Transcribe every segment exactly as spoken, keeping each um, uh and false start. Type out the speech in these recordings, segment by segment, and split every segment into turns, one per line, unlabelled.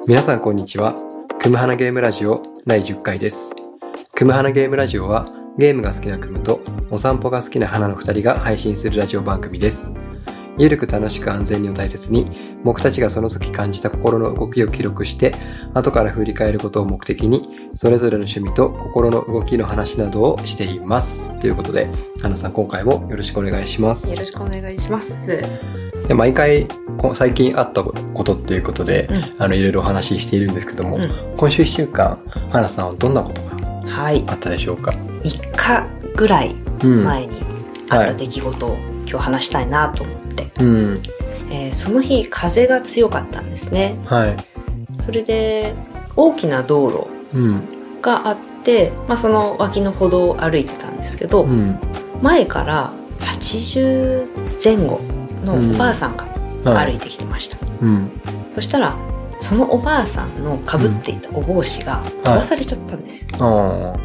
皆さんこんにちは。くむはなゲームラジオだいじゅっかいです。くむはなゲームラジオはゲームが好きなくむとお散歩が好きな花のふたりが配信するラジオ番組です。ゆるく楽しく安全にを大切に、僕たちがその時感じた心の動きを記録して後から振り返ることを目的に、それぞれの趣味と心の動きの話などをしています。ということで、花さん今回もよろしくお願いします。
よろしくお願いします。
で、毎回最近あったことっていうことで、うん、あのいろいろお話ししているんですけども、うん、今週いっしゅうかん花さんはどんなことがあったでしょうか？はい、
みっかぐらい前にあった出来事を今日話したいなと思って、うんえー、その日風が強かったんですね。はい、それで大きな道路があって、うんまあ、その脇の歩道を歩いてたんですけど、うん、前からはちじゅうぜん後のおばあさんが歩いてきてました、うんはい、そしたらそのおばあさんのかぶっていたお帽子が飛ばされちゃったんです、はい、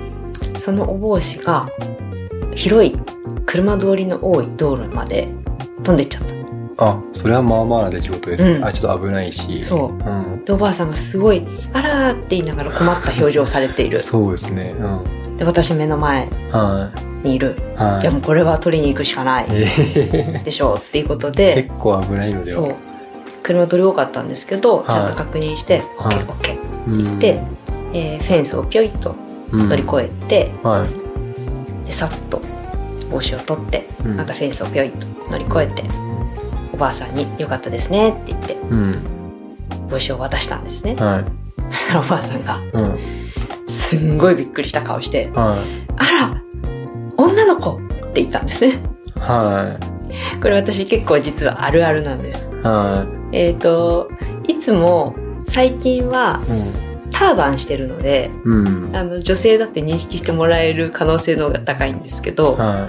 そのお帽子が広い車通りの多い道路まで飛んでっちゃった。
あ、それはまあまあな出来事です、うん、あ、ちょっと危ないし。
そう、うん、でおばあさんがすごいあらーって言いながら困った表情をされている
そうですね、うん、
で私目の前にいる、はい、いやもうこれは取りに行くしかない、えー、でしょうっていうことで
結構危ないのでは。そう
車通り多かったんですけど、はい、ちゃんと確認して、はい、オッケーオッケーって言って、えー、フェンスをピョイッと乗り越えて、うんはい、でさっと帽子を取って、うん、またフェンスをピョイッと乗り越えて、うん、おばあさんによかったですねって言って、うん、帽子を渡したんですね、はい、そしたらおばあさんが、うん、すんごいびっくりした顔して、はい、あら女の子って言ったんですね。はい。これ私結構実はあるあるなんです。はい。えっと、いつも最近は、うん、ターバンしてるので、うん、あの女性だって認識してもらえる可能性の方が高いんですけど、はい、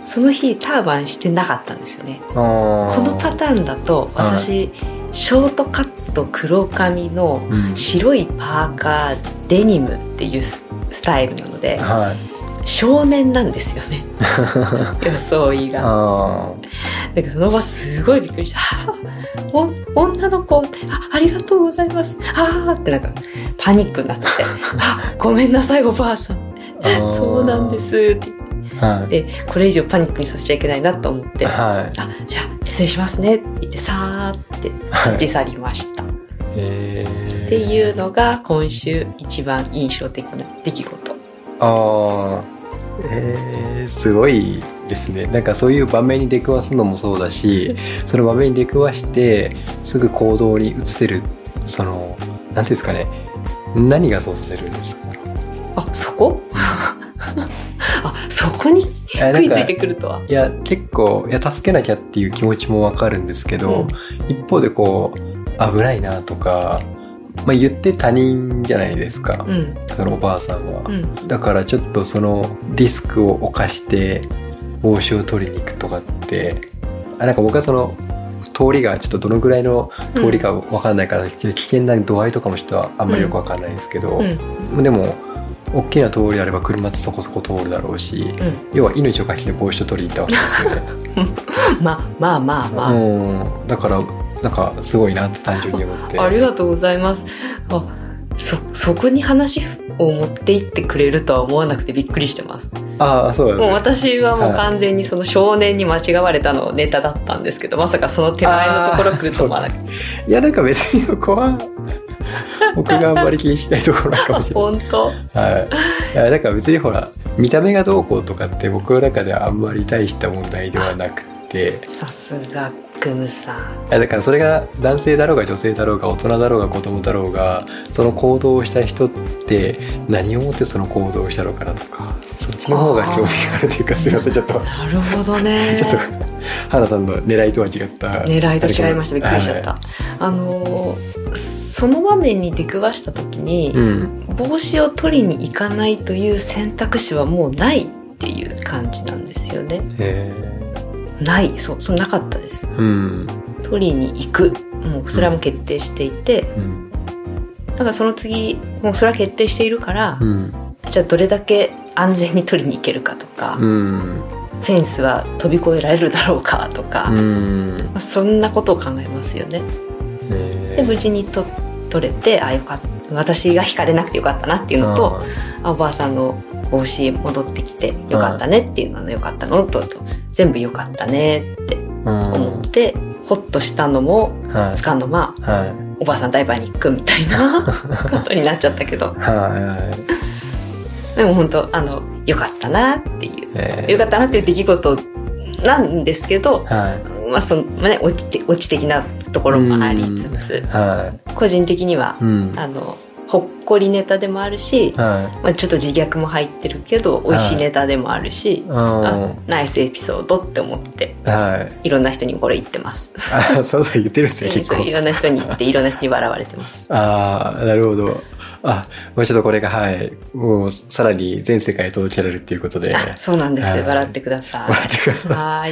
その日ターバンしてなかったんですよね。このパターンだと私、はい、ショートカット黒髪の白いパーカー、うん、デニムっていうスタイルなので、はい少年なんですよね装いが。だからその場すごいびっくりした。お女の子って あ, ありがとうございますあーってなんかパニックになってあごめんなさいおばあさんそうなんですって言って、はい、でこれ以上パニックにさせちゃいけないなと思って、はい、あじゃあ失礼しますねって言ってさーって立ち去りました、はい、っていうのが今週一番印象的な出来事。
ああえー、すごいですね。なんかそういう場面に出くわすのもそうだしその場面に出くわしてすぐ行動に移せるそのなんていうんですかね、何がそうさせるんですか？
あそこあそこに食いついてくるとは。
いや結構いや助けなきゃっていう気持ちもわかるんですけど、うん、一方でこう危ないなとかまあ、言って他人じゃないですか、うん、そのおばあさんは、うん、だからちょっとそのリスクを冒して帽子を取りに行くとかってあなんか僕はその通りがちょっとどのぐらいの通りか分かんないから、うん、危険な度合いとかもちょっとあんまりよく分かんないですけど、うんうん、でも大きな通りであれば車ってそこそこ通るだろうし、うん、要は命をかけて帽子を取りに行ったわけですよね
まあまあまあまあ、
うん、だからなんかすごいなって単純に思って
ありがとうございます。あ そ, そこに話を持っていってくれるとは思わなくてびっくりしてます。
ああそうですね。
もう私はもう完全にその少年に間違われたのネタだったんですけど、まさかその手前のところ来ると思わなくて。
いやなんか別にそこは僕があんまり気にしないところかもしれない。
本当？
はい。いやだから別にほら見た目がどうこうとかって僕の中ではあんまり大した問題ではなくて。
さすがクムさん。
いやだからそれが男性だろうが女性だろうが大人だろうが子供だろうがその行動をした人って何をもってその行動をしたのかなとかそっちの方が興味があるというかすいませんちょっと
なるほどね
ちょっと花さんの狙いとは違った
狙いと違いました。びっくりしちゃった、はい、あのその場面に出くわした時に、うん、帽子を取りに行かないという選択肢はもうないっていう感じなんですよね。へーないそうそうなかったです、うん、取りに行くもうそれはもう決定していて、うん、だからその次もうそれは決定しているから、うん、じゃあどれだけ安全に取りに行けるかとか、うん、フェンスは飛び越えられるだろうかとか、うんまあ、そんなことを考えますよね。で無事に取っ取れて、あよかった私が惹かれなくてよかったなっていうのと、あおばあさんの帽子戻ってきてよかったねっていうののよかったのと、と全部よかったねって思って、ホッとしたのもつかの間、はいはい、おばあさんダイバーに行くみたいなことになっちゃったけど、はいはい、でも本当あのよかったなっていう、えー、よかったなっていう出来事なんですけど、はい、まあそのね落ちて落ち的なところもありつつ、はい、個人的には、うん、あのほっこりネタでもあるし、はいまあ、ちょっと自虐も入ってるけど美味しいネタでもあるし、はい、ナイスエピソードって思って、はい、いろんな人にこれ言ってます。
あそうそう言ってるんですね結構。
いろんな人に言っていろんな人に笑われてます。
ああなるほど。あもうちょっとこれがはいもうさらに全世界へ届けられるっていうことで。
あそうなんです、はい、笑ってください。
笑ってください。
はい。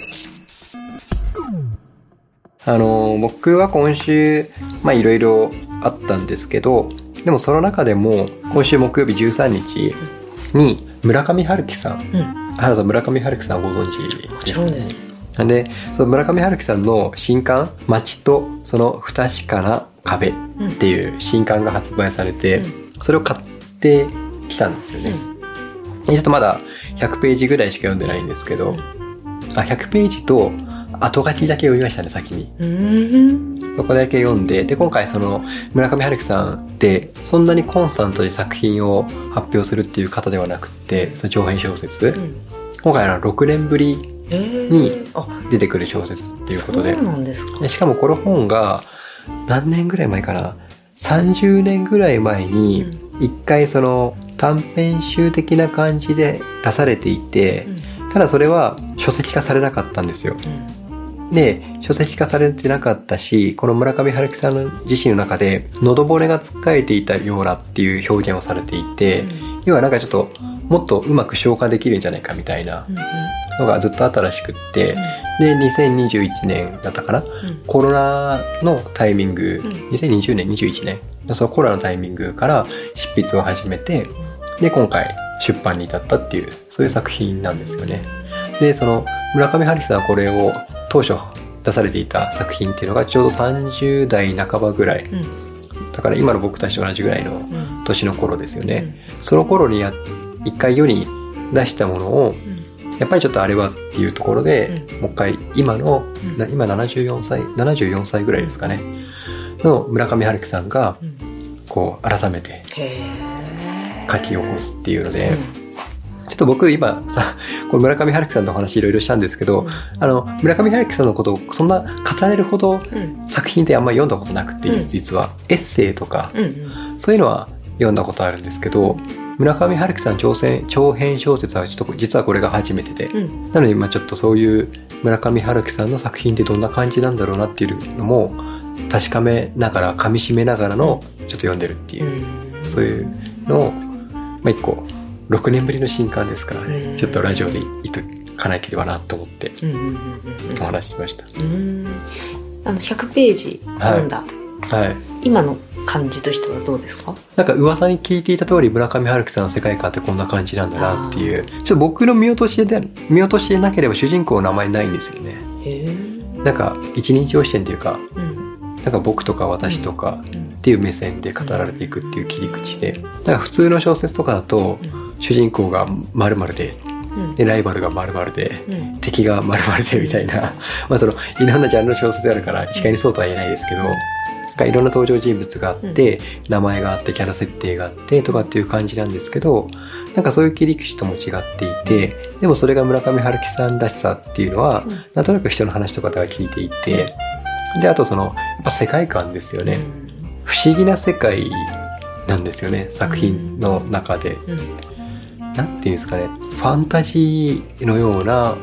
あの僕は今週まあいろいろあったんですけど、でもその中でも今週木曜日じゅうさんにちに村上春樹さん、うん、原さん村上春樹さんご存知ですか？もちろんです。でその村上春樹さんの新刊「街とその不確かな壁」っていう新刊が発売されて、うん、それを買ってきたんですよね、うん、ちょっとまだひゃくページぐらいしか読んでないんですけど、うん、あひゃくページと後書きだけ読みましたね先に。うんそこだけ読んで、で今回その村上春樹さんってそんなにコンスタントに作品を発表するっていう方ではなくて、その長編小説、うん、今回はろくねんぶりに出てくる小説っていうことで、
そうなんですか。
でしかもこの本が何年ぐらい前かな、さんじゅうねんぐらい前に一回その短編集的な感じで出されていて、うん、ただそれは書籍化されなかったんですよ、うんで書籍化されてなかったし、この村上春樹さんの自身の中で喉骨がつっかえていたようなっていう表現をされていて、うん、要はなんかちょっともっとうまく消化できるんじゃないかみたいなのがずっとあったらしくって、うん、でにせんにじゅういちねんだったかな、うん、コロナのタイミング、うん、にせんにじゅうねんにじゅういちねんそのコロナのタイミングから執筆を始めて、で今回出版に至ったっていうそういう作品なんですよね。でその村上春樹さんはこれを当初出されていた作品っていうのがちょうどさんじゅうだいなかばぐらい、うん、だから今の僕たちと同じぐらいの年の頃ですよね、うん、その頃にや一回世に出したものを、うん、やっぱりちょっとあれはっていうところで、うん、もう一回今の、うん、今ななじゅうよんさいななじゅうよんさいぐらいですかねの村上春樹さんがこう改めて書き起こすっていうので、うんちょっと僕今さ、これ村上春樹さんのお話いろいろしたんですけど、うん、あの村上春樹さんのことをそんな語れるほど作品ってあんまり読んだことなくて、うん、実はエッセイとか、うんうん、そういうのは読んだことあるんですけど、村上春樹さん長編長編小説はちょっと実はこれが初めてで、うん、なので今ちょっとそういう村上春樹さんの作品ってどんな感じなんだろうなっていうのも確かめながら噛み締めながらのちょっと読んでるっていう、うん、そういうのをまあ一個ろくねんぶりの新刊ですから、ね、ちょっとラジオで言っとかなければなと思ってお話ししました。
うんあのひゃくページ読んだ、はいはい、今の感じとしてはどうですか？
なんか噂に聞いていた通り村上春樹さんの世界観ってこんな感じなんだなっていう、ちょっと僕の見落としで見落としでなければ主人公の名前ないんですよね。へーなんか一人称視点っていうか、うん、なんか僕とか私とかっていう目線で語られていくっていう切り口で、だから普通の小説とかだと、うん主人公が〇〇で、うん、でライバルが〇〇で、うん、敵が〇〇でみたいな、まあそのいろんなジャンルの小説があるから一概にそうとは言えないですけど、なんかいろんな登場人物があって、うん、名前があってキャラ設定があってとかっていう感じなんですけど、なんかそういう切り口とも違っていて、でもそれが村上春樹さんらしさっていうのは、うん、なんとなく人の話とかでは聞いていて、であとそのやっぱ世界観ですよね、うん、不思議な世界なんですよね作品の中で。うんうんなんていうんですかね、ファンタジーのような、うん、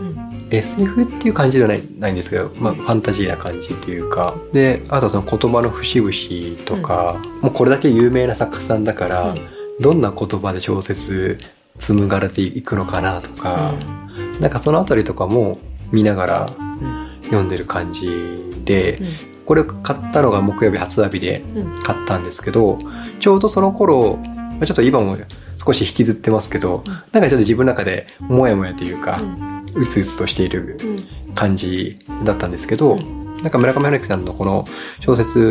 エスエフ っていう感じではない、ないんですけど、まあ、ファンタジーな感じというか、であとはその言葉の節々とか、うん、もうこれだけ有名な作家さんだから、うん、どんな言葉で小説紡がれていくのかなとか、うん、なんかそのあたりとかも見ながら読んでる感じで、うん、これを買ったのが木曜日発売日で買ったんですけど、ちょうどその頃ちょっと今も少し引きずってますけど、うん、なんかちょっと自分の中でモヤモヤというか、うん、うつうつとしている感じだったんですけど、うん、なんか村上春樹さんのこの小説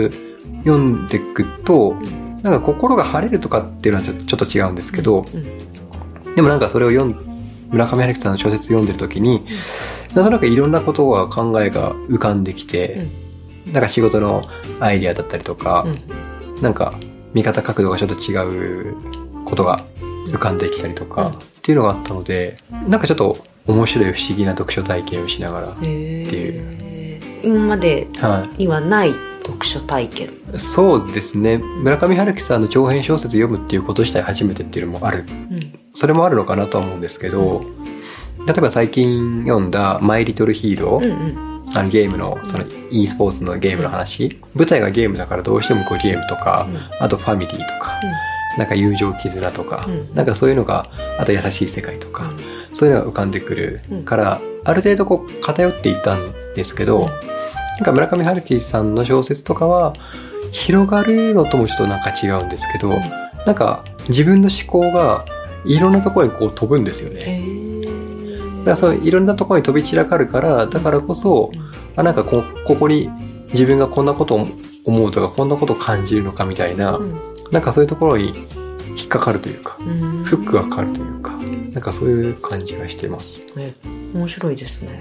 読んでいくと、なんか心が晴れるとかっていうのはちょっと、ちょっと違うんですけど、うん、でもなんかそれを読ん村上春樹さんの小説読んでる時に、うん、なんとなくいろんなことが考えが浮かんできて、うん、なんか仕事のアイディアだったりとか、うん、なんか見方角度がちょっと違うことが浮かんできたりとか、うん、っていうのがあったので、なんかちょっと面白い不思議な読書体験をしながらっていう。
今までにはない読書体験、
はい、そうですね。村上春樹さんの長編小説読むっていうこと自体初めてっていうのもある、うん、それもあるのかなとは思うんですけど、うん、例えば最近読んだマイリトルヒーロー、うんうん、あのゲームのその e スポーツのゲームの話、うん、舞台がゲームだからどうしてもこうゲームとか、うん、あとファミリーとか、うん、なんか友情絆とか、うん、なんかそういうのが、あと優しい世界とか、うん、そういうのが浮かんでくるから、うん、ある程度こう偏っていたんですけど、うん、なんか村上春樹さんの小説とかは広がるのともちょっとなんか違うんですけど、うん、なんか自分の思考がいろんなところにこう飛ぶんですよね。だからそういろんなところに飛び散らかるから、だからこそ、うん、あなんか こ, ここに自分がこんなことを思うとかこんなことを感じるのかみたいな、うん、なんかそういうところに引っかかるというか、うん、フックがかかるというか、なんかそういう感じがしてます。
ね、面白いですね。
うん、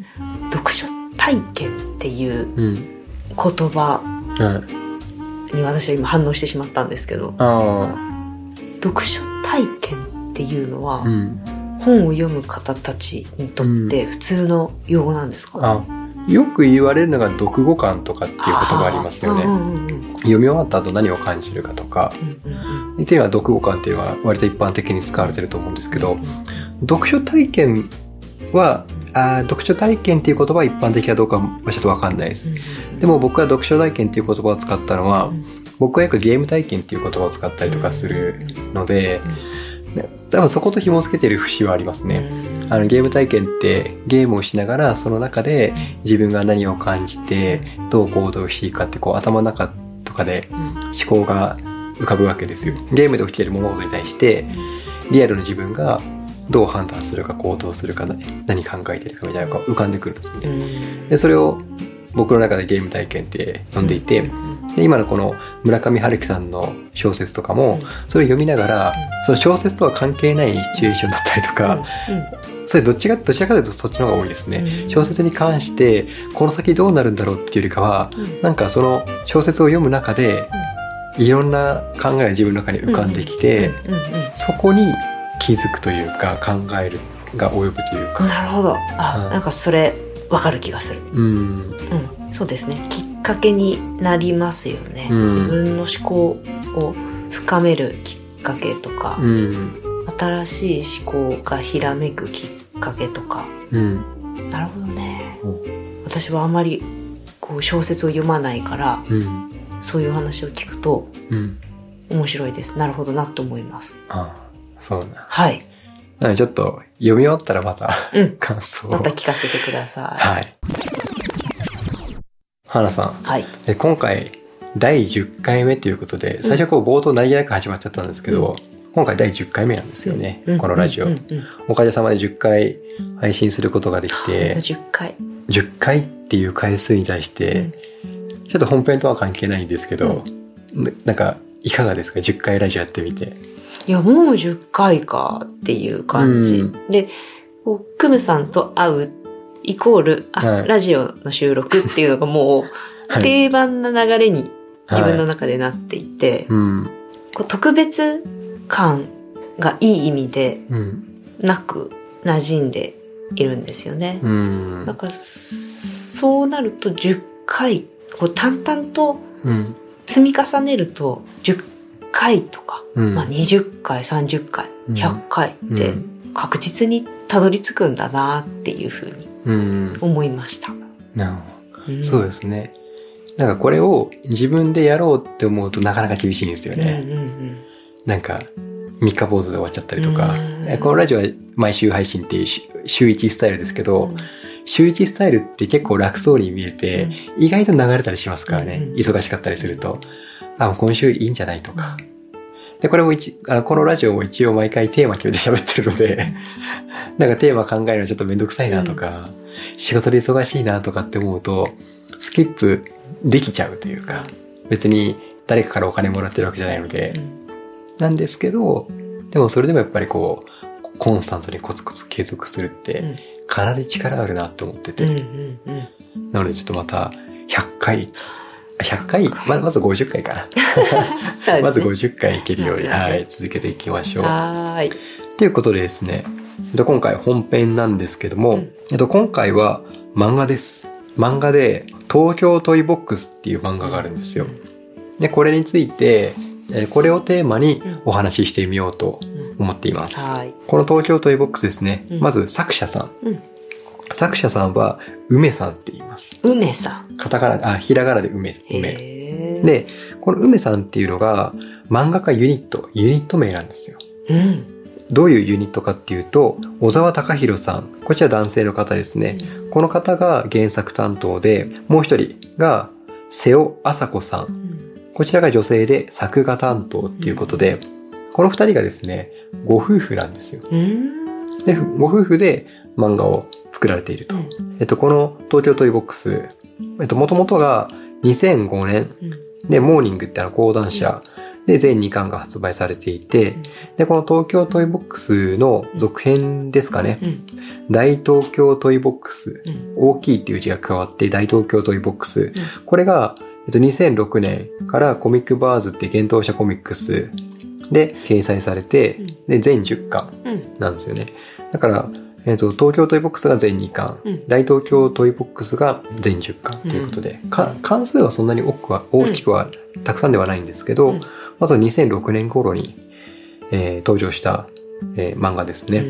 読書体験っていう言葉に私は今反応してしまったんですけど、うん、あ読書体験っていうのは、うん、本を読む方たちにとって普通の用語なんですか？
うん、あよく言われるのが読後感とかっていうことがありますよね。うんうんうん、読み終わった後何を感じるかとか、うんうんうん、っていうのは読後感っていうのは割と一般的に使われてると思うんですけど、うんうん、読書体験はあ読書体験っていう言葉は一般的かどうかはちょっと分かんないです、うんうん、でも僕は読書体験っていう言葉を使ったのは、うん、僕はよくゲーム体験っていう言葉を使ったりとかするので、うんうん、多分そこと紐付けてる節はありますね、うん、あのゲーム体験ってゲームをしながらその中で自分が何を感じてどう行動していいかってこう頭の中とかで思考が浮かぶわけですよ。ゲームで起きている物事に対してリアルの自分がどう判断するか行動するか何考えてるかみたいなのが浮かんでくるんですね。でそれを僕の中でゲーム体験って呼んでいて、で今のこの村上春樹さんの小説とかもそれを読みながらその小説とは関係ないシチュエーションだったりとか、それどっちがどちらかというとそっちの方が多いですね。小説に関してこの先どうなるんだろうっていうよりかは、なんかその小説を読む中でいろんな考えが自分の中に浮かんできて、そこに気づくというか考えるが及ぶというか。
なるほど。あ、うん、なんかそれ分かる気がする。うん、うん、そうですね。きっかけになりますよね。うん、自分の思考を深めるきっかけとか、うん、新しい思考がひらめくきっかけとか。うん、なるほどね。うん、私はあまりこう小説を読まないから、うん、そういう話を聞くと、うん、面白いです。なるほどなと思います。
ああそうな。
はい。
なのでちょっと読み終わったらまた、うん、感想を
また聞かせてください。
はい。花さん、
はい、
え今回だいじゅっかいめということで、最初こう冒頭何気なく始まっちゃったんですけど、うん、今回だいじゅっかいめなんですよね、うん、このラジオ、うんうんうん、おかげさまでじゅっかい配信することができて、
じゅっかい
じゅっかいっていう回数に対して、うん、ちょっと本編とは関係ないんですけど、うん、なんかいかがですかじゅっかいラジオやってみて。
いやもうじゅっかいかっていう感じ、うん、でこうクムさんと会うイコールあ、はい、ラジオの収録っていうのがもう定番な流れに自分の中でなっていて、はいうん、こう特別感がいい意味でなく馴染んでいるんですよね、うん、だからそうなるとじゅっかいこう淡々と積み重ねるとじゅっかいとか、うんまあ、にじゅっかいさんじゅっかいひゃっかいって確実にたどり着くんだなっていうふうに思いました、うん、
なるほど、うん、そうですね。なんかこれを自分でやろうって思うとなかなか厳しいんですよね、うんうんうん、なんか三日坊主で終わっちゃったりとか、うんうん、このラジオは毎週配信っていう週いちスタイルですけど、うん、週いちスタイルって結構楽そうに見えて、うん、意外と流れたりしますからね、うんうん、忙しかったりするとあ今週いいんじゃないとか、でこれも一あのこのラジオも一応毎回テーマ決めて喋ってるのでなんかテーマ考えるのちょっとめんどくさいなとか、うん、仕事で忙しいなとかって思うとスキップできちゃうというか、 別に誰かからお金もらってるわけじゃないので、うん、なんですけど、でもそれでもやっぱりこうコンスタントにコツコツ継続するってかなり力あるなって思ってて、うんうんうん、なのでちょっとまたひゃっかいひゃっかい、ま, まずごじゅっかいかな、ね、まずごじゅっかいいけるように、はい、続けていきましょう。はい。ということでですね、今回本編なんですけども、うん、えっと、今回は漫画です。漫画で東京トイボックスっていう漫画があるんですよ。で、これについてこれをテーマにお話ししてみようと思っています。うんはい、この東京トイボックスですね、うん、まず作者さん、うん、作者さんは梅さんって言います。
梅さん。
カタカナ、あ、ひらがなで梅、梅。で、この梅さんっていうのが漫画家ユニット、ユニット名なんですよ。うん。どういうユニットかっていうと、小沢隆弘さん。こちら男性の方ですね。うん、この方が原作担当で、もう一人が瀬尾麻子さん。うん、こちらが女性で作画担当っていうことで、うん、この二人がですね、ご夫婦なんですよ。うん、で、ご夫婦で漫画を作られていると。うん、えっと、この東京トイボックス、えっと、元々がにせんごねんで、モーニングってあの講談社で全にかんが発売されていて、で、この東京トイボックスの続編ですかね、うん、大東京トイボックス、うん、大きいっていう字が加わって大東京トイボックス、うん、これが、えっと、にせんろくねんからコミックバーズって幻冬舎コミックスで掲載されて、で、全じゅっかんなんですよね。だから、えっと、東京トイボックスが全にかん、うん、大東京トイボックスが全じゅっかんということで、うん、か関数はそんなに多くは大きくは、うん、たくさんではないんですけど、うん、まずはにせんろくねん頃に、えー、登場した、えー、漫画ですね。うん、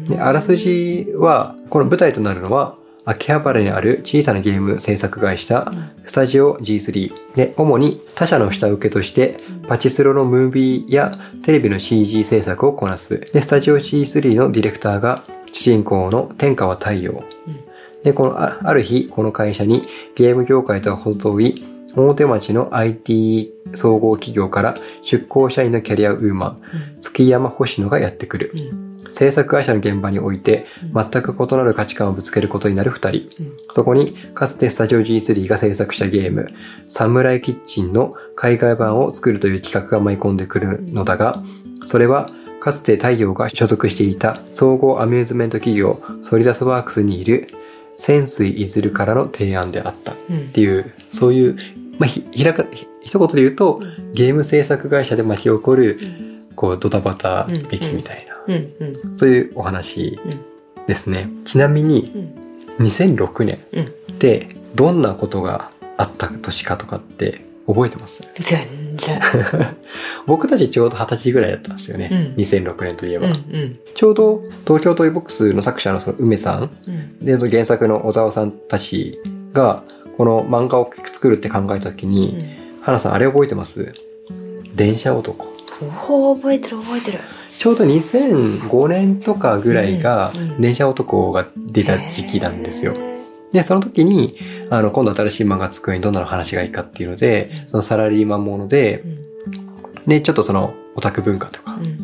であらすじは、この舞台となるのは秋葉原にある小さなゲーム制作会社、うん、スタジオ ジースリー で、主に他社の下請けとしてパチスロのムービーやテレビの シージー 制作をこなす。で、スタジオ ジースリー のディレクターが主人公の天川太陽。うん、で、このあ、ある日、この会社にゲーム業界とは程遠い大手町の アイティー 総合企業から出向社員のキャリアウーマン、うん、月山星野がやってくる。うん、制作会社の現場において全く異なる価値観をぶつけることになる二人。うん、そこにかつてスタジオ ジースリー が制作したゲーム、サムライキッチンの海外版を作るという企画が舞い込んでくるのだが、それはかつて太陽が所属していた総合アミューズメント企業ソリダスワークスにいる潜水いずるからの提案であったっていう、うん、そういう、まあ、ひ、ひらか、一言で言うと、うん、ゲーム制作会社で巻き起こる、うん、こう、ドタバタ劇みたいな、うんうん、そういうお話ですね。うん、ちなみに、にせんろくねんってどんなことがあった年かとかって覚えてます？
全然。
僕たちちょうどはたちぐらいだったんですよね。うん、にせんろくねんといえば、うんうん。ちょうど東京トイボックスの作者のその梅さん、うん、で原作の小沢さんたちがこの漫画を作るって考えた時に、うん、花さんあれ覚えてます？電車男。
おー、覚えてる覚えてる。
ちょうどにせんごねんとかぐらいが電車男が出た時期なんですよ。で、その時に、あの、今度新しい漫画作るにどんなの話がいいかっていうので、うん、そのサラリーマンもので、うん、で、ちょっとそのオタク文化とか、うん、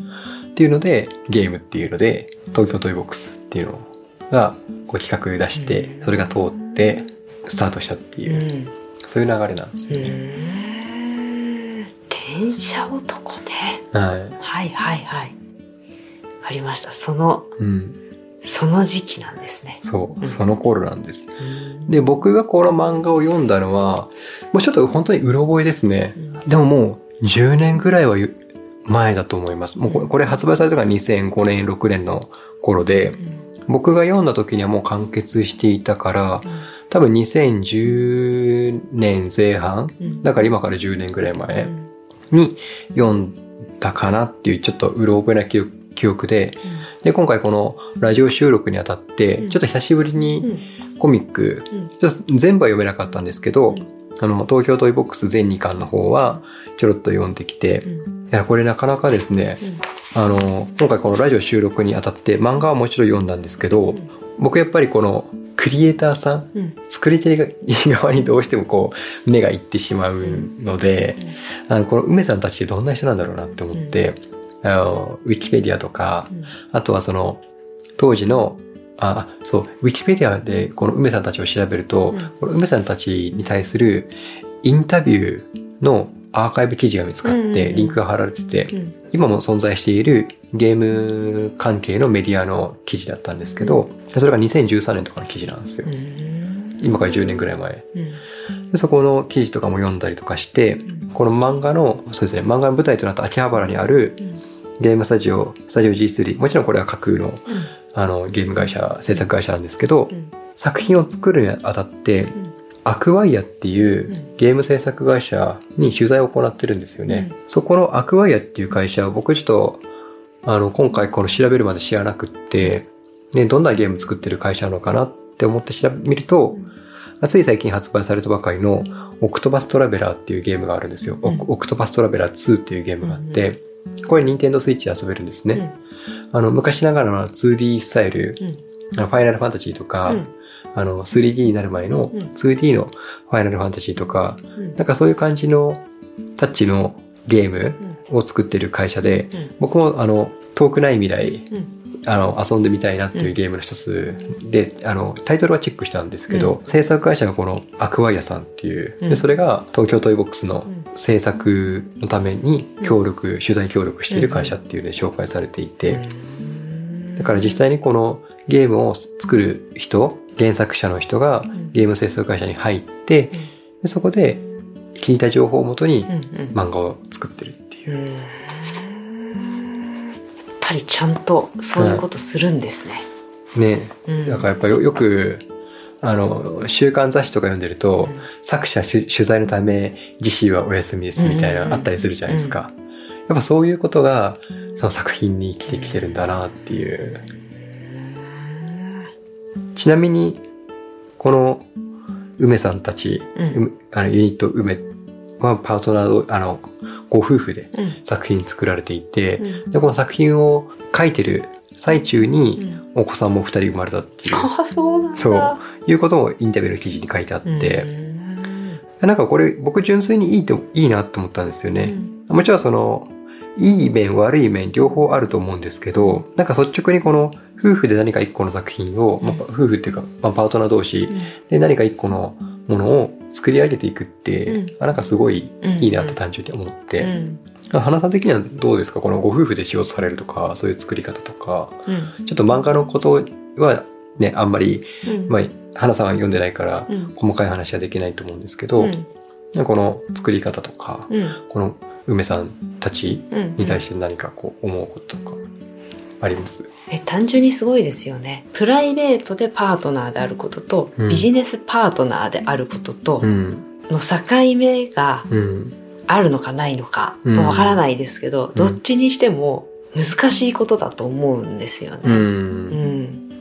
っていうので、ゲームっていうので、東京トイボックスっていうのが、こう企画出して、うん、それが通って、スタートしたっていう、うん、そういう流れなんですよね。
電車男ね。
はい。
はいはいはい。ありました。その、うんその時期なんですね。
そう、うん、その頃なんです。で、僕がこの漫画を読んだのは、もうちょっと本当にうろ覚えですね。うん、でももうじゅうねんぐらいは前だと思います。もうこれ発売されたのがにせんごねん、ろくねんの頃で、うん、僕が読んだ時にはもう完結していたから、うん、多分にせんじゅうねんぜん半、うん、だから今からじゅうねんぐらい前に読んだかなっていうちょっとうろ覚えな記憶、記憶で、うんで、今回このラジオ収録にあたって、ちょっと久しぶりにコミック、ちょっと全部は読めなかったんですけど、あの、東京トイボックス全にかんの方はちょろっと読んできて、いや、これなかなかですね、あの、今回このラジオ収録にあたって漫画はもちろん読んだんですけど、僕やっぱりこのクリエイターさん、作り手側にどうしてもこう目がいってしまうので、あの、この梅さんたちってどんな人なんだろうなって思って、あの、ウィキペディアとか、うん、あとはその、当時の、あ、そう、ウィキペディアでこの梅さんたちを調べると、うん、この梅さんたちに対するインタビューのアーカイブ記事が見つかってリンクが貼られてて、今も存在しているゲーム関係のメディアの記事だったんですけど、それがにせんじゅうさんねんとかの記事なんですよ。今からじゅうねんぐらい前。でそこの記事とかも読んだりとかして、この漫画の、そうですね、漫画の舞台となった秋葉原にあるゲームスタジオ、スタジオ ジースリー、もちろんこれは架空の、あのゲーム会社、制作会社なんですけど、作品を作るにあたって、アクワイアっていうゲーム制作会社に取材を行ってるんですよね。うん、そこのアクワイアっていう会社は僕ちょっとあの今回この調べるまで知らなくって、ね、どんなゲーム作ってる会社なのかなって思って調べ見ると、うん、つい最近発売されたばかりのオクトパストラベラーっていうゲームがあるんですよ。うん、オクトパストラベラーツーっていうゲームがあって、うん、これニンテンドースイッチで遊べるんですね。うん、あの昔ながらの ツーディー スタイル、うん、あのファイナルファンタジーとか、うんあの スリーディー になる前の ツーディー のファイナルファンタジーとか、うん、なんかそういう感じのタッチのゲームを作ってる会社で、うん、僕もあの遠くない未来、うん、あの遊んでみたいなっていうゲームの一つで、あのタイトルはチェックしたんですけど、うん、制作会社がこのアクワイアさんっていう、うん、でそれが東京トイボックスの制作のために協力、うん、取材協力している会社っていうので紹介されていて、うん、だから実際にこのゲームを作る人原作者の人がゲーム制作会社に入って、うん、でそこで聞いた情報をもとに漫画を作ってるっていう、うんうん、や
っぱりちゃんとそういうことするんですね、
はい、ね、うん、だからやっぱり よ, よくあの週刊雑誌とか読んでると、うん、作者取材のため自身はお休みですみたいな、うんうん、あったりするじゃないですか、うん、やっぱそういうことがその作品に生きてきてるんだなっていう、ちなみにこの梅さんたち、うん、あのユニット梅はパートナーあのご夫婦で作品作られていて、うん、でこの作品を書いてる最中にお子さんもふたり生まれたっていう、
うん、あそうなんだ
そういうこともインタビューの記事に書いてあって、うん、なんかこれ僕純粋にいいといいなと思ったんですよね、うん、もちろんそのいい面悪い面両方あると思うんですけど、なんか率直にこの夫婦で何か一個の作品を、うんまあ、夫婦っていうか、まあ、パートナー同士で何か一個のものを作り上げていくって、うん、なんかすごいいいなって単純に思って、うんうん、花さん的にはどうですか、このご夫婦で仕事されるとかそういう作り方とか、うん、ちょっと漫画のことはねあんまり、うんまあ、花さんは読んでないから、うん、細かい話はできないと思うんですけど、うん、この作り方とか、うん、この梅さんたちに対して何かこう思うこととかあります？
え単純にすごいですよね。プライベートでパートナーであることと、うん、ビジネスパートナーであることと、うん、の境目があるのかないのかわ、うん、からないですけど、うん、どっちにしても難しいことだと思うんですよね、うんうん、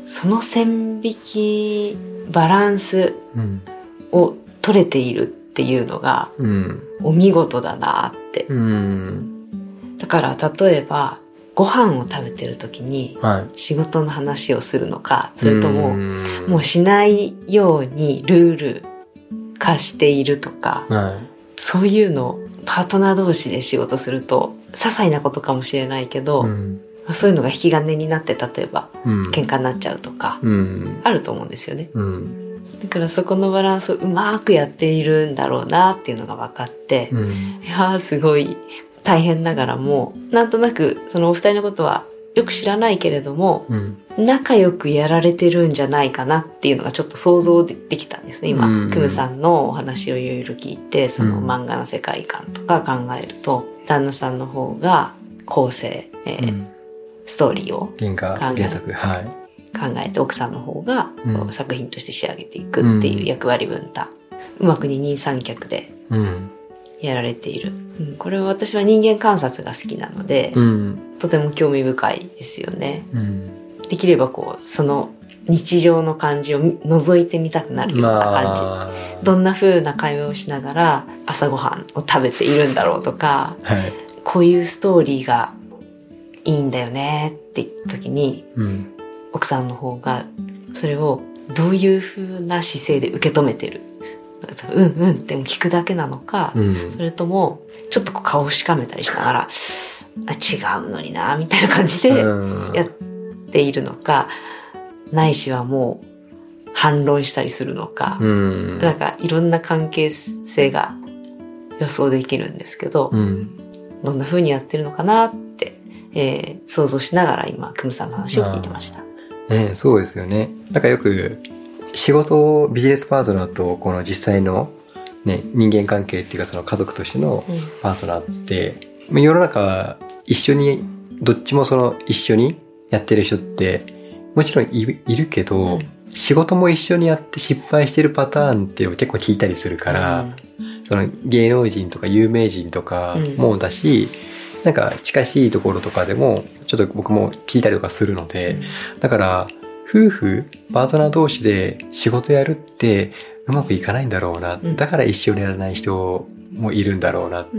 その線引きバランスを取れているっていうのが、うん、お見事だなって、うん、だから例えばご飯を食べてる時に仕事の話をするのか、はい、それとももうしないようにルール化しているとか、はい、そういうのをパートナー同士で仕事すると些細なことかもしれないけど、うん、そういうのが引き金になって例えば、うん、喧嘩になっちゃうとか、うん、あると思うんですよね、うん、だからそこのバランスをうまくやっているんだろうなっていうのが分かって、うん、いやーすごい大変ながらもなんとなくそのお二人のことはよく知らないけれども、うん、仲良くやられてるんじゃないかなっていうのがちょっと想像できたんですね今、うん、クムさんのお話をいろいろ聞いてその漫画の世界観とか考えると、うん、旦那さんの方が構成、えーうん、ストーリーを考え、
原作、はい、
考えて奥さんの方がこう作品として仕上げていくっていう役割分担、うん、うまく二人三脚でやられている、うん、これは私は人間観察が好きなので、うん、とても興味深いですよね、うん、できればこうその日常の感じを覗いてみたくなるような感じ、まあ、どんな風な会話をしながら朝ごはんを食べているんだろうとか、はい、こういうストーリーがいいんだよねって言った時に、うん、奥さんの方がそれをどういう風な姿勢で受け止めてる、うんうんっても聞くだけなのか、うん、それともちょっとこう顔をしかめたりしながらあ違うのになみたいな感じでやっているのか、うん、ないしはもう反論したりするのか、うん、なんかいろんな関係性が予想できるんですけど、
うん、
どんな風にやってるのかなって、えー、想像しながら今クムさんの話を聞いてました。
ね、そうですよね。なんかよく仕事ビジネスパートナーとこの実際の、ね、人間関係っていうかその家族としてのパートナーって、うん、世の中一緒にどっちもその一緒にやってる人ってもちろん い, いるけど、うん、仕事も一緒にやって失敗してるパターンっていうのも結構聞いたりするから、うん、その芸能人とか有名人とかもだし、うん、なんか近しいところとかでもちょっと僕も聞いたりとかするので、うん、だから夫婦パートナー同士で仕事やるってうまくいかないんだろうな、うん、だから一緒にやらない人もいるんだろうなって、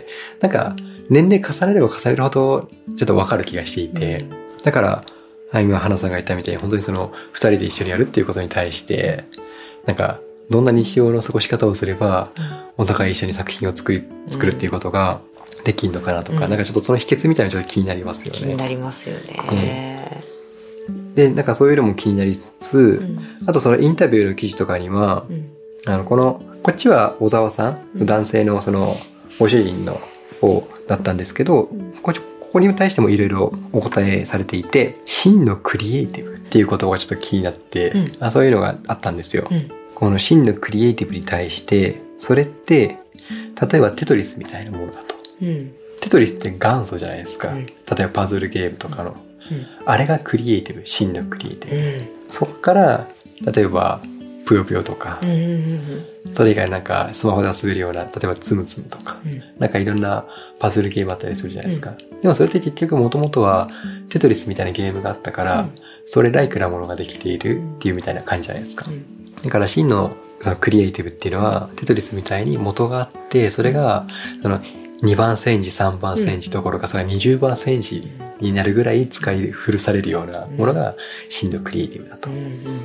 うん、なんか年齢重ねれば重ねるほどちょっと分かる気がしていて、うん、だから今花さんが言ったみたいに本当にその二人で一緒にやるっていうことに対してなんかどんな日常の過ごし方をすれば、うん、お互い一緒に作品を作り作るっていうことができるのかなとか、うん、なんかちょっとその秘訣みたいなのちょっと気になりますよね。
気になりますよね。
うん、でなんかそういうのも気になりつつ、うん、あとそのインタビューの記事とかには、うん、あのこのこっちは小沢さん、うん、男性のそのご主人の方だったんですけど、うん、こ, ここに対してもいろいろお答えされていて、真のクリエイティブっていうことがちょっと気になって、うん、あそういうのがあったんですよ。うん、この真のクリエイティブに対してそれって例えばテトリスみたいなものだと、うん、テトリスって元祖じゃないですか、うん、例えばパズルゲームとかの、うん、あれがクリエイティブ、真のクリエイティブ、うん、そこから例えばぷよぷよとか、うんうんうん、それ以外なんかスマホで遊べるような例えばつむつむとか、うん、なんかいろんなパズルゲームあったりするじゃないですか、うん、でもそれって結局もともとはテトリスみたいなゲームがあったから、うん、それライクなものができているっていうみたいな感じじゃないですか、うん、だから真のそのクリエイティブっていうのはテトリスみたいに元があってそれがそのにばん煎じさんばん煎じどころかそれがにじゅうばん煎じになるぐらい使い古されるようなものが真のクリエイティブだと、うん、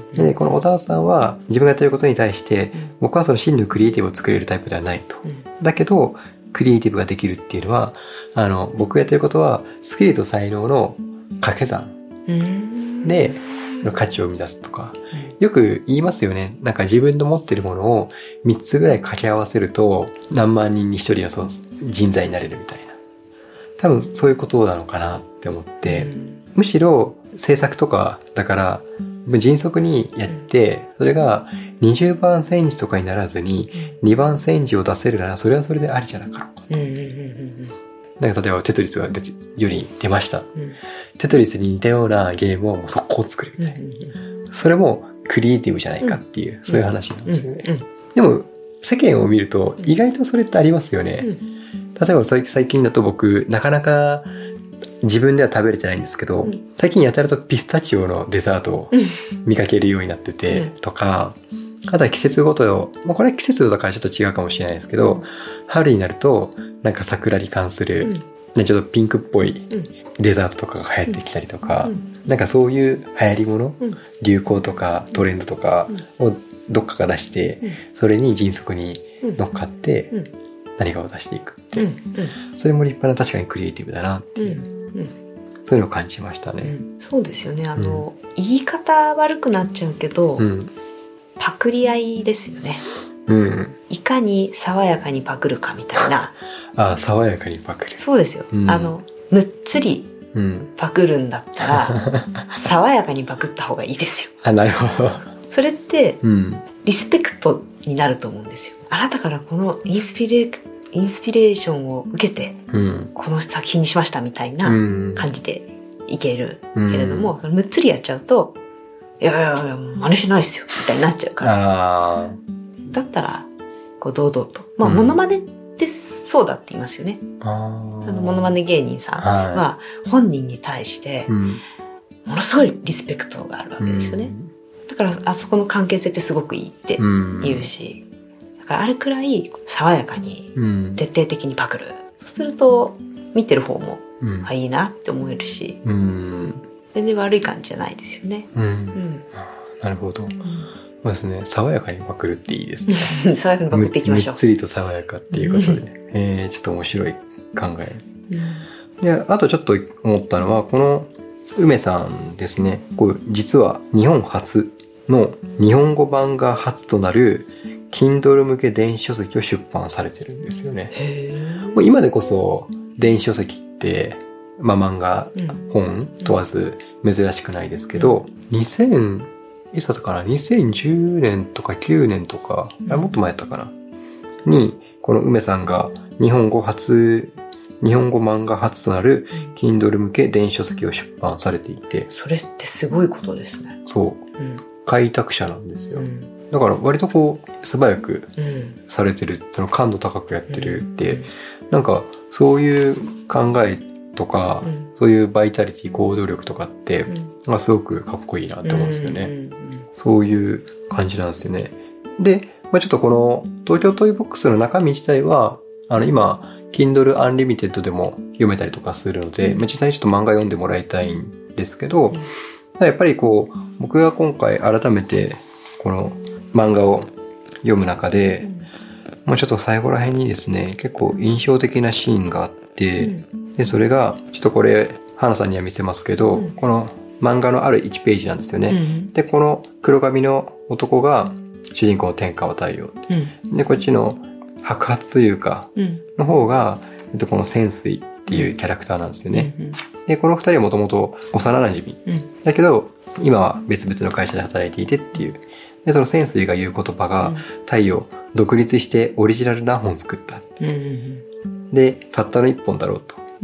でこの小沢さんは自分がやってることに対して僕はその真のクリエイティブを作れるタイプではないと、うん、だけどクリエイティブができるっていうのはあの僕がやってることはスキルと才能の掛け算で価値を生み出すとか、よく言いますよね。なんか自分の持ってるものをみっつぐらい掛け合わせると何万人にひとりのそう人材になれるみたいな。多分そういうことなのかなって思って、うん、むしろ制作とかだから迅速にやって、それがにじゅうばん煎じとかにならずににばん煎じを出せるならそれはそれでありじゃなかろうかと。なんか例えばテトリスが世に出ました、うん。テトリスに似たようなゲームをもう速攻作るみたいな。それもクリエイティブじゃないかっていう、うん、そういう話なんですよね、うんうん。でも世間を見ると意外とそれってありますよね。うん、例えば最近だと僕なかなか自分では食べれてないんですけど、うん、最近やたらとピスタチオのデザートを見かけるようになってて、うん、とか、あとは季節ごと、まあ、これは季節だからちょっと違うかもしれないですけど、うん、春になるとなんか桜に関する、うん、ちょっとピンクっぽいデザートとかが流行ってきたりとか、うん、なんかそういう流行り物、うん、流行とかトレンドとかをどっかが出して、うん、それに迅速に乗っかって何かを出していくって、うんうん、それも立派な確かにクリエイティブだなっていう、うんうん、そういうのを感じましたね、うん、
そうですよね。あの、うん、言い方悪くなっちゃうけど、うん、パクリ合いですよね、うん、いかに爽やかにパクるかみたいな
ああ、爽やかにパクる。
そうですよ、うん、あのむっつりパクるんだったら、うん、爽やかにパクった方がいいですよ。
あ、なるほど。
それって、うん、リスペクトになると思うんですよ。あなたからこのインスピレインスピレーションを受けて、うん、この作品にしましたみたいな感じでいけるけれども、うん、そのむっつりやっちゃうと、いやいやいや真似しないですよみたいになっちゃうから、あだったらこう堂々と、まあ、うん、モノマネってそうだって言いますよね。ああのモノマネ芸人さんは本人に対してものすごいリスペクトがあるわけですよね、うん、だからあそこの関係性ってすごくいいって言うし、うん、だからあれくらい爽やかに徹底的にパクる、うん、そうすると見てる方も、うん、あいいなって思えるし、うん、全然悪い感じじゃないですよね、うんうん、
なるほど、うんそうですね。爽やかにパクるっていいですね。
爽やかにパクっていきましょう。
むっつりと爽やかっていうことで、えー、ちょっと面白い考えです。うん、で、あとちょっと思ったのは、この梅さんですね。こう実は日本初の日本語版が初となる Kindle 向け電子書籍を出版されてるんですよね。
へー。
もう今でこそ電子書籍って、まあ漫画、うん、本問わず珍しくないですけど、うん、にせん、いつだったかな ?にせんじゅうねんとかきゅうねんとか、うん、あもっと前だったかなに、この梅さんが日本語初、日本語漫画初となる Kindle 向け電子書籍を出版されていて。
それってすごいことですね。
そう。うん、開拓者なんですよ。うん、だから割とこう素早くされてる、うん、その感度高くやってるって、うん、なんかそういう考えとか、うん、そういうバイタリティ行動力とかって、うんまあ、すごくかっこいいなって思うんですよね、うんうんうん、そういう感じなんですよね。で、まあ、ちょっとこの東京トイボックスの中身自体はあの今 Kindle Unlimited でも読めたりとかするので、うん、実際にちょっと漫画読んでもらいたいんですけど、うん、やっぱりこう僕が今回改めてこの漫画を読む中で、うん、もうちょっと最後ら辺にですね結構印象的なシーンがあって、うん、でそれがちょっとこれ花さんには見せますけど、うん、この漫画のあるいちページなんですよね、うん、でこの黒髪の男が主人公の天川太陽、うん、でこっちの白髪というかの方が、えっと、この潜水っていうキャラクターなんですよね、うん、でこの二人はもともと幼馴染、うん、だけど今は別々の会社で働いていてっていうでその潜水が言う言葉が、うん、太陽独立してオリジナルな本作った、うん、でたったの一本だろうと、うん、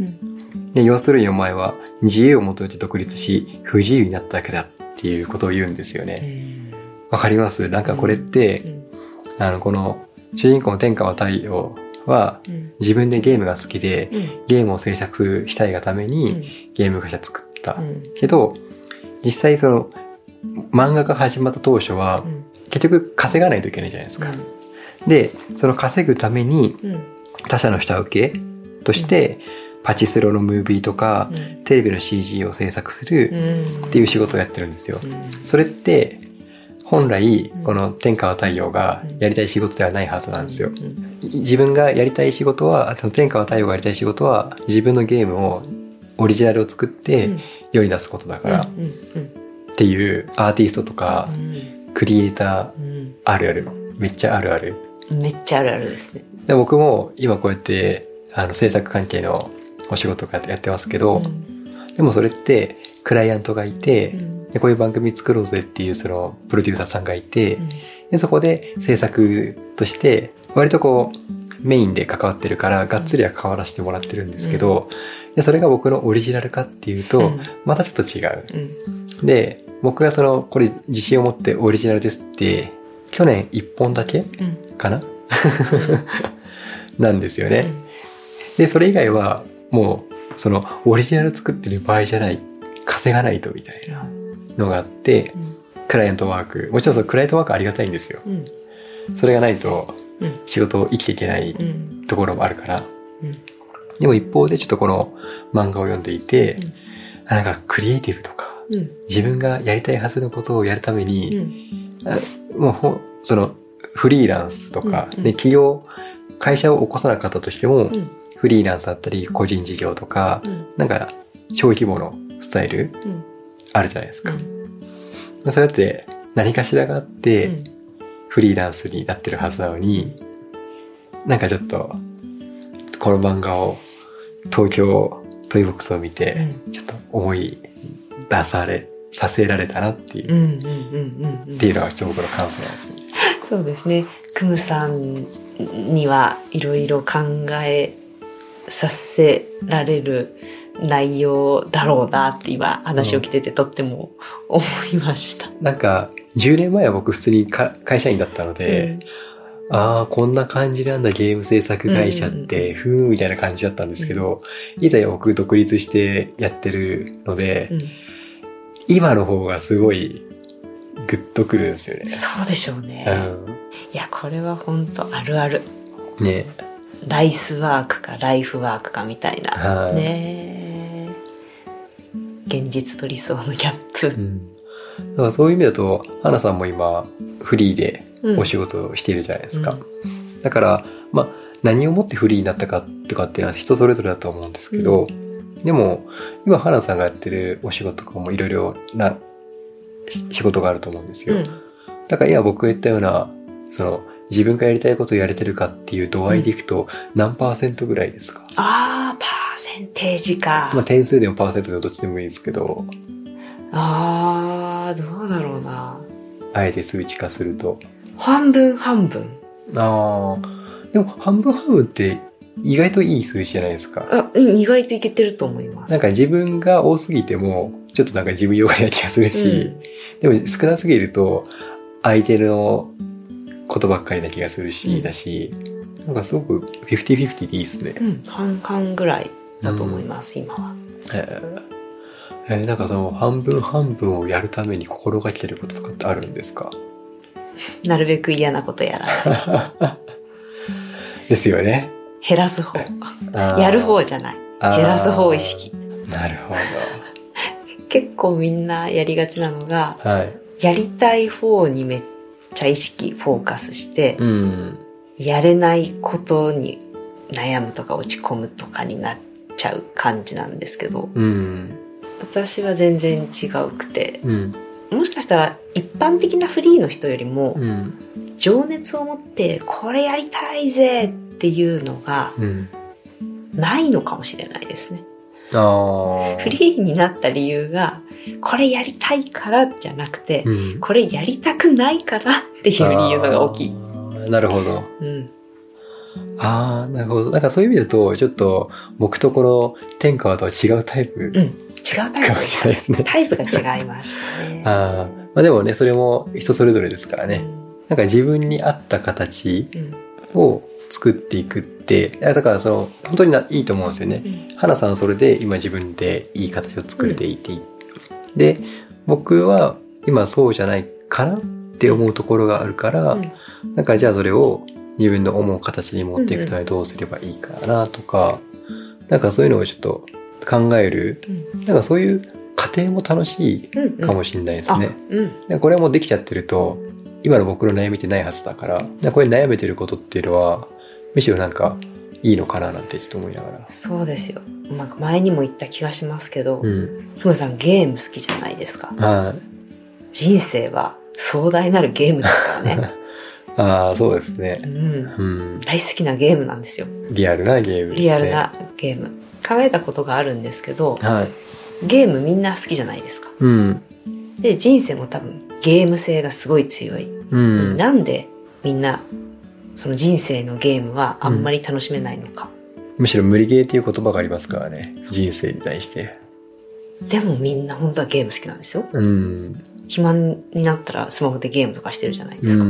で要するにお前は自由を求めて独立し不自由になっただけだっていうことを言うんですよね。わ、うん、かります？なんかこれって、うん、あのこの主人公の天川太陽は、うん、自分でゲームが好きで、うん、ゲームを制作したいがために、うん、ゲーム会社作った、うん、けど実際その漫画が始まった当初は、うん、結局稼がないといけないじゃないですか、うん、でその稼ぐために、うん、他社の下請けとして、うん、パチスロのムービーとか、うん、テレビの シージー を制作するっていう仕事をやってるんですよ、うん、それって本来この天川太陽がやりたい仕事ではないはずなんですよ、うん、自分がやりたい仕事はその天川太陽がやりたい仕事は自分のゲームをオリジナルを作って世に出すことだから、うんうんうんっていうアーティストとか、うん、クリエイターあるある、うん、めっちゃあるある
めっちゃあるあるですね。
で僕も今こうやってあの制作関係のお仕事とかやってますけど、うん、でもそれってクライアントがいて、うん、でこういう番組作ろうぜっていうそのプロデューサーさんがいて、うん、でそこで制作として割とこうメインで関わってるからがっつりは関わらせてもらってるんですけど、うん、でそれが僕のオリジナルかっていうと、うん、またちょっと違う、うん、で僕がそのこれ自信を持ってオリジナルですって去年いっぽんだけかな、うん、なんですよね、うん、でそれ以外はもうそのオリジナル作ってる場合じゃない稼がないとみたいなのがあって、うん、クライアントワークもちろんそのクライアントワークありがたいんですよ、うん、それがないと仕事を生きていけないところもあるから、うん、でも一方でちょっとこの漫画を読んでいて、うん、あなんかクリエイティブとかうん、自分がやりたいはずのことをやるために、うん、もうほそのフリーランスとか、うんうん、で企業会社を起こさなかったとしても、うん、フリーランスだったり個人事業とか、うん、なんか小規模のスタイル、うん、あるじゃないですか、うん、そうやって何かしらがあって、うん、フリーランスになってるはずなのになんかちょっとこの漫画を東京トイボックスを見て、うん、ちょっと思い出されさせられたなっていう、うんうんうんうん、っていうのがちょっと僕の感想なんですね。
そうですね。クムさんにはいろいろ考えさせられる内容だろうなって今話を聞いててとっても思いました。
なんかじゅうねんまえは僕普通にか会社員だったので、うん、ああこんな感じなんだゲーム制作会社って、うんうん、ふーんみたいな感じだったんですけど、うん、いざ僕独立してやってるので、うん、今の方がすごいグッとくるんですよね。
そうでしょうね、うん、いやこれは本当あるある
ね。
ライスワークかライフワークかみたいなね。現実と理想のギャップ、うん、
だからそういう意味だと花さんも今フリーでお仕事をしているじゃないですか、うん、だからまあ何をもってフリーになったかとかっていうのは人それぞれだと思うんですけど、うん、でも今花さんがやってるお仕事とかもいろいろな仕事があると思うんですよ、うん、だから今僕が言ったようなその自分がやりたいことをやれてるかっていう度合いでいくと何パーセントぐらいですか？
ああ、パーセンテージか。
まあ点数でもパーセントでもどっちでもいいですけど。
ああ、どうだろうな。
あえて数値化すると。
半分半分。
ああ、でも半分半分って意外といい数字じゃないですか。
あ、うん、意外といけてると思います。
なんか自分が多すぎてもちょっとなんか自分弱いな気がするし、うん、でも少なすぎると相手のことばっかりな気がするし、うん、だし、なんかすごくフィフティフィフティでいいですね。
うん、半々ぐらいだと思います、うん、今は。
えー、えー、なんかその半分半分をやるために心がけてることとかってあるんですか？
なるべく嫌なことやらない
ですよね。
減らす方。やる方じゃない。減らす方意識。
なるほど。
結構みんなやりがちなのが、
はい、
やりたい方にめっちゃ意識フォーカスして、
うん、
やれないことに悩むとか落ち込むとかになっちゃう感じなんですけど、
うん、
私は全然違うくて、
うん、
もしかしたら一般的なフリーの人よりも、
うん、
情熱を持ってこれやりたいぜっていうのがないのかもしれないですね。
あ、
フリーになった理由がこれやりたいからじゃなくて、うん、これやりたくないからっていう理由が大きい。
なるほど。
うん、
ああ、なるほど。なんかそういう意味だとちょっと僕とこの天川とは違うタイプ、
うん、違うタイプ
かもしれないですね。
タイプが違いましたね。
あ、まあでもね、それも人それぞれですからね。うん、なんか自分に合った形を作っていくって、だからその本当にいいと思うんですよね。うん、花さんはそれで今自分でいい形を作れていていい、うん、で僕は今そうじゃないかなって思うところがあるから、うん、なんかじゃあそれを自分の思う形に持っていくためにどうすればいいかなとか、うん、なんかそういうのをちょっと考える、うん、なんかそういう過程も楽しいかもしれないですね。
うんうん、
これはもうできちゃってると今の僕の悩みってないはずだから、これ悩めてることっていうのはむしろなんかいいのかななんてちょっと思いながら。
そうですよ。なんか前にも言った気がしますけど、
うん、
ふむさんゲーム好きじゃないですか。
はい。
人生は壮大なるゲームですからね。
ああ、そうですね、
うん
うん。
大好きなゲームなんですよ。
リアルなゲームですね。
リアルなゲーム。考えたことがあるんですけど、
はい、
ゲームみんな好きじゃないですか。
うん、
で、人生も多分ゲーム性がすごい強い。
うん、
なんでみんなその人生のゲームはあんまり楽しめないのか。
うん、むしろ無理ゲーっていう言葉がありますからね。人生に対して。
でもみんな本当はゲーム好きなんですよ。
うん、
暇になったらスマホでゲームとかしてるじゃないですか。
うん、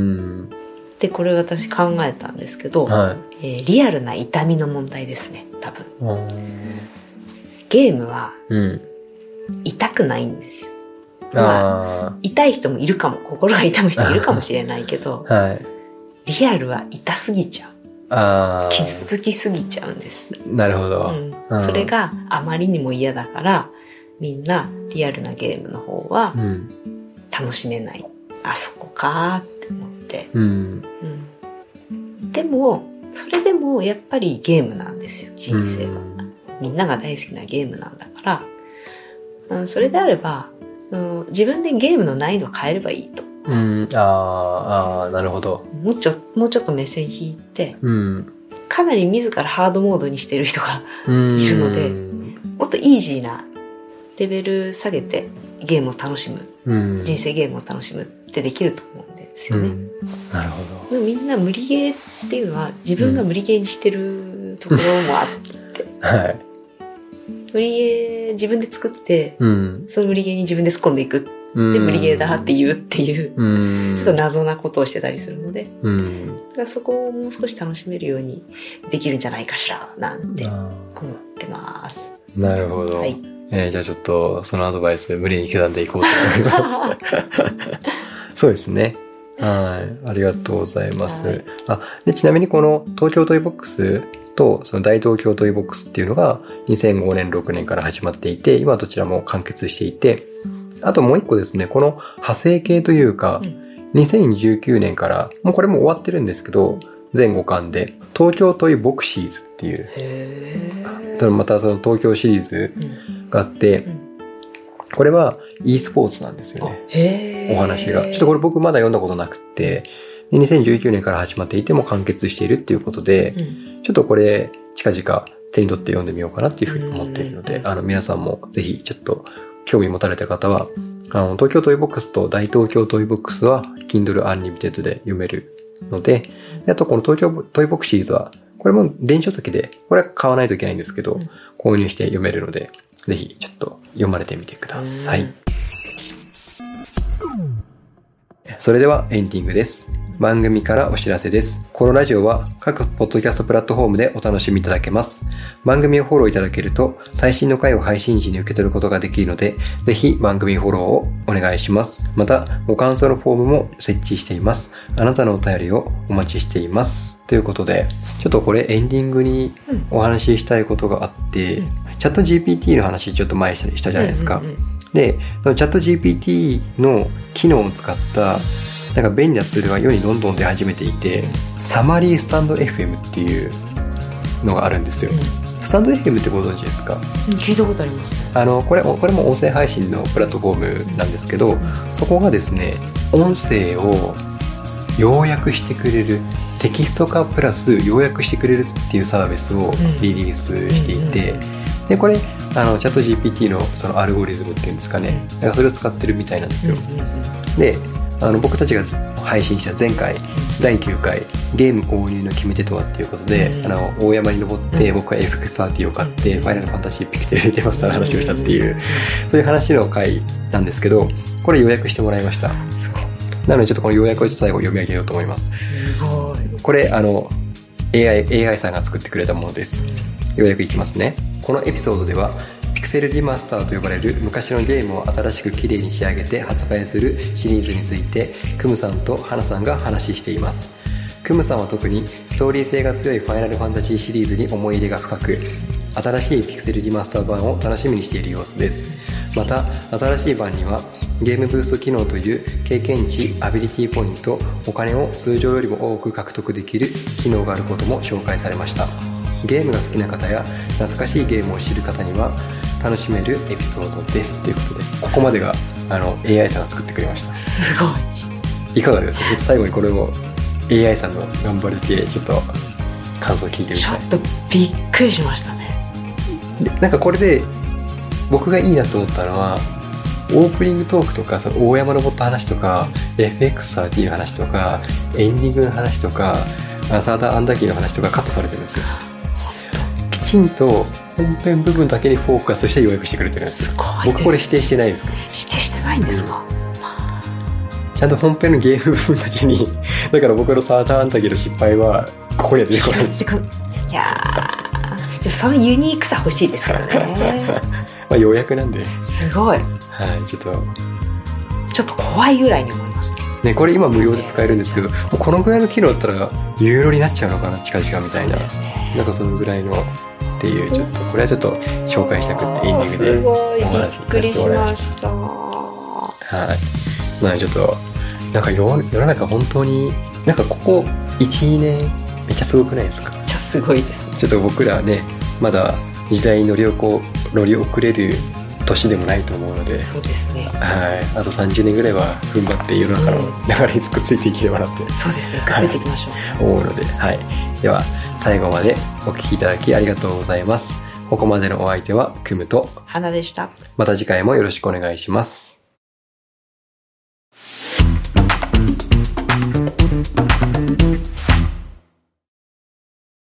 で、これ私考えたんですけど、
はい、
えー、リアルな痛みの問題ですね、多分。
うん、
ゲームは
うん
痛くないんですよ。
まあ、
痛い人もいるかも、心が痛む人もいるかもしれないけど、
はい、
リアルは痛すぎちゃう。
あ、
傷つきすぎちゃうんです。
なるほど、
うん、それがあまりにも嫌だから、みんなリアルなゲームの方は楽しめない。うん、あそこかーって思って、
うん
うん。でも、それでもやっぱりゲームなんですよ、人生は。うん、みんなが大好きなゲームなんだから、うん、それであれば、うん、自分でゲームの難易度を変えればいいと。
うん、ああ、なるほど。
もうちょ、もうちょっと目線引いて、
うん、
かなり自らハードモードにしてる人がいるので、もっとイージーなレベル下げてゲームを楽しむ、
うん、
人生ゲームを楽しむってできると思うんですよね。うん、
なるほど。
でもみんな無理ゲーっていうのは自分が無理ゲーにしてるところもあって、
うん、はい。
無理ゲー自分で作って、
うん、
その無理ゲーに自分で突っ込んでいく。で、無理ゲーだって言うっていう、うん、ちょっと謎なことをしてたりするので、
うん、
だからそこをもう少し楽しめるようにできるんじゃないかしら、なんて思ってます。
なるほど。
はい。
えー、じゃあちょっとそのアドバイス無理に刻んでいこうと思います。そうですね。はい。ありがとうございます。はい、あでちなみにこの東京トイボックスとその大東京トイボックスっていうのがにせんごねんろくねんから始まっていて、今どちらも完結していて、あともう一個ですね、この派生系というか、うん、にせんじゅうきゅうねんから、もうこれも終わってるんですけど、全ごかんで、東京トイボクシーズっていう、
へ
そのまたその東京シリーズがあって、うん、これは e スポーツなんですよね。
へ
お話が。ちょっとこれ僕まだ読んだことなくて、 でにせんじゅうきゅうねんから始まっていても完結しているっていうことで、うん、ちょっとこれ近々手に取って読んでみようかなっていうふうに思っているので、あの皆さんもぜひちょっと興味持たれた方は、あの東京トイボックスと大東京トイボックスは Kindle Unlimited で読めるので、であとこの東京トイボックスシリーズはこれも電子書籍で、これは買わないといけないんですけど、うん、購入して読めるので、ぜひちょっと読まれてみてください。それではエンディングです。番組からお知らせです。このラジオは各ポッドキャストプラットフォームでお楽しみいただけます。番組をフォローいただけると最新の回を配信時に受け取ることができるので、ぜひ番組フォローをお願いします。また、ご感想のフォームも設置しています。あなたのお便りをお待ちしています。ということで、ちょっとこれエンディングにお話ししたいことがあって、うん、チャット ジーピーティー の話ちょっと前にしたじゃないですか。うんうんうん、で、そのチャット ジーピーティー の機能を使ったなんか便利なツールが世にどんどん出始めていて、サマリースタンド エフエム っていうのがあるんですよ。うん、スタンド エフエム ってご存知ですか？
聞いたことあります。
あのこれこれも音声配信のプラットフォームなんですけど、うん、そこがですね、音声を要約してくれる、テキスト化プラス要約してくれるっていうサービスをリリースしていて、うんうんうん、でこれあのチャット ジーピーティー のそのアルゴリズムっていうんですかね、だからそれを使ってるみたいなんですよ。うんうんうん、であの僕たちが配信した前回だいきゅうかいゲーム購入の決め手とはっていうことで、うん、あの大山に登って僕は エフエックスサーティー を買って、うん、ファイナルファンタジーピクテルデマスターの話をしたっていう、うん、そういう話の回なんですけど、これ予約してもらいました。すごい。なのでちょっとこの予約をちょっと最後読み上げようと思います。
すごい。
これあの エーアイ, エーアイ さんが作ってくれたものです。予約いきますね。このエピソードではピクセルリマスターと呼ばれる昔のゲームを新しくきれいに仕上げて発売するシリーズについてクムさんとハナさんが話しています。クムさんは特にストーリー性が強いファイナルファンタジーシリーズに思い入れが深く、新しいピクセルリマスター版を楽しみにしている様子です。また新しい版にはゲームブースト機能という経験値、アビリティポイント、お金を通常よりも多く獲得できる機能があることも紹介されました。ゲームが好きな方や懐かしいゲームを知る方には楽しめるエピソードですということで、ここまでがあの エーアイ さんが作ってくれました。
すごい。
いかがですか？最後にこれを エーアイ さんの頑張り系ちょっと感想聞いてみたい。
ちょっとびっくりしましたね。
でなんかこれで僕がいいなと思ったのは、オープニングトークとかその大山登った話とか エフエックスサーティー の話とかエンディングの話とかサーダーアンダーキーの話とかカットされてるんですよ。きちんと本編部分だけにフォーカスして予約してくれてるんですよ。
すごいです。
僕これ指定してないですか？
指定してないんですか？
うん、ちゃんと本編のゲーム部分だけにだから僕のサーダーアンダーキーの失敗はここには出てこない。
いやーそのユニークさ欲しいですからね。
まあ予約なんで。
すごい。
はい、ちょっと
ちょっと怖いぐらいに思いますね。
ね、これ今無料で使えるんですけど、もうこのぐらいの機能だったら有料になっちゃうのかな近々みたいな、ね、なんかそのぐらいのっていう、ちょっとこれはちょっと紹介したくってエンディングでお話しさせてもらいました。はい。まあちょっとなんか 世, 世の中本当になんかここ いちにねんめっちゃすごくないですか？
めっちゃすごいです。
ちょっと僕らねまだ時代に乗り遅乗り遅れる年でもないと思うので、
そうですね。
はい。あとさんじゅうねんぐらいは踏ん張って世の中の流れにくっついていければなって、うん、
そうですね。くっついていきましょう。はい、
思うので、はい。では最後までお聞きいただきありがとうございます。ここまでのお相手はクムと
花でした。
また次回もよろしくお願いします。